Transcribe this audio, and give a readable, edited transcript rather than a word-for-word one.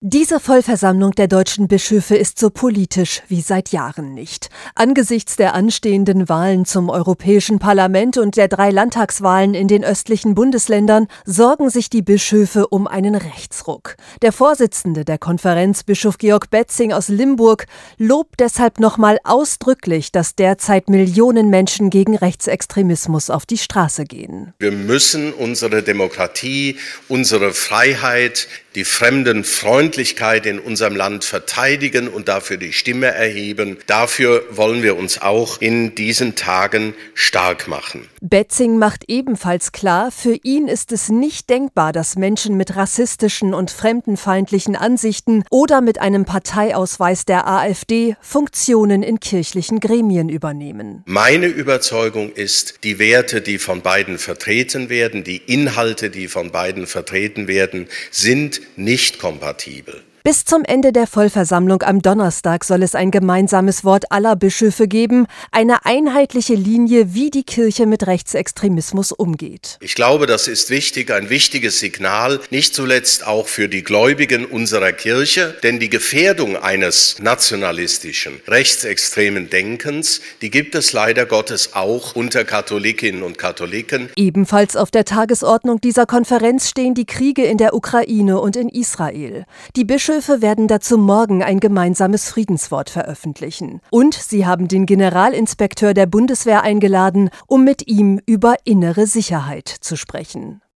Diese Vollversammlung der deutschen Bischöfe ist so politisch wie seit Jahren nicht. Angesichts der anstehenden Wahlen zum Europäischen Parlament und der 3 Landtagswahlen in den östlichen Bundesländern sorgen sich die Bischöfe um einen Rechtsruck. Der Vorsitzende der Konferenz, Bischof Georg Betzing aus Limburg, lobt deshalb nochmal ausdrücklich, dass derzeit Millionen Menschen gegen Rechtsextremismus auf die Straße gehen. Wir müssen unsere Demokratie, unsere Freiheit, die Fremdenfreundlichkeit in unserem Land verteidigen und dafür die Stimme erheben. Dafür wollen wir uns auch in diesen Tagen stark machen. Betzing macht ebenfalls klar, für ihn ist es nicht denkbar, dass Menschen mit rassistischen und fremdenfeindlichen Ansichten oder mit einem Parteiausweis der AfD Funktionen in kirchlichen Gremien übernehmen. Meine Überzeugung ist, die Werte, die von beiden vertreten werden, die Inhalte, die von beiden vertreten werden, sind nicht kompatibel. Bis zum Ende der Vollversammlung am Donnerstag soll es ein gemeinsames Wort aller Bischöfe geben, eine einheitliche Linie, wie die Kirche mit Rechtsextremismus umgeht. Ich glaube, das ist wichtig, ein wichtiges Signal, nicht zuletzt auch für die Gläubigen unserer Kirche, denn die Gefährdung eines nationalistischen, rechtsextremen Denkens, die gibt es leider Gottes auch unter Katholikinnen und Katholiken. Ebenfalls auf der Tagesordnung dieser Konferenz stehen die Kriege in der Ukraine und in Israel. Die Bischöfe werden dazu morgen ein gemeinsames Friedenswort veröffentlichen. Und sie haben den Generalinspekteur der Bundeswehr eingeladen, um mit ihm über innere Sicherheit zu sprechen.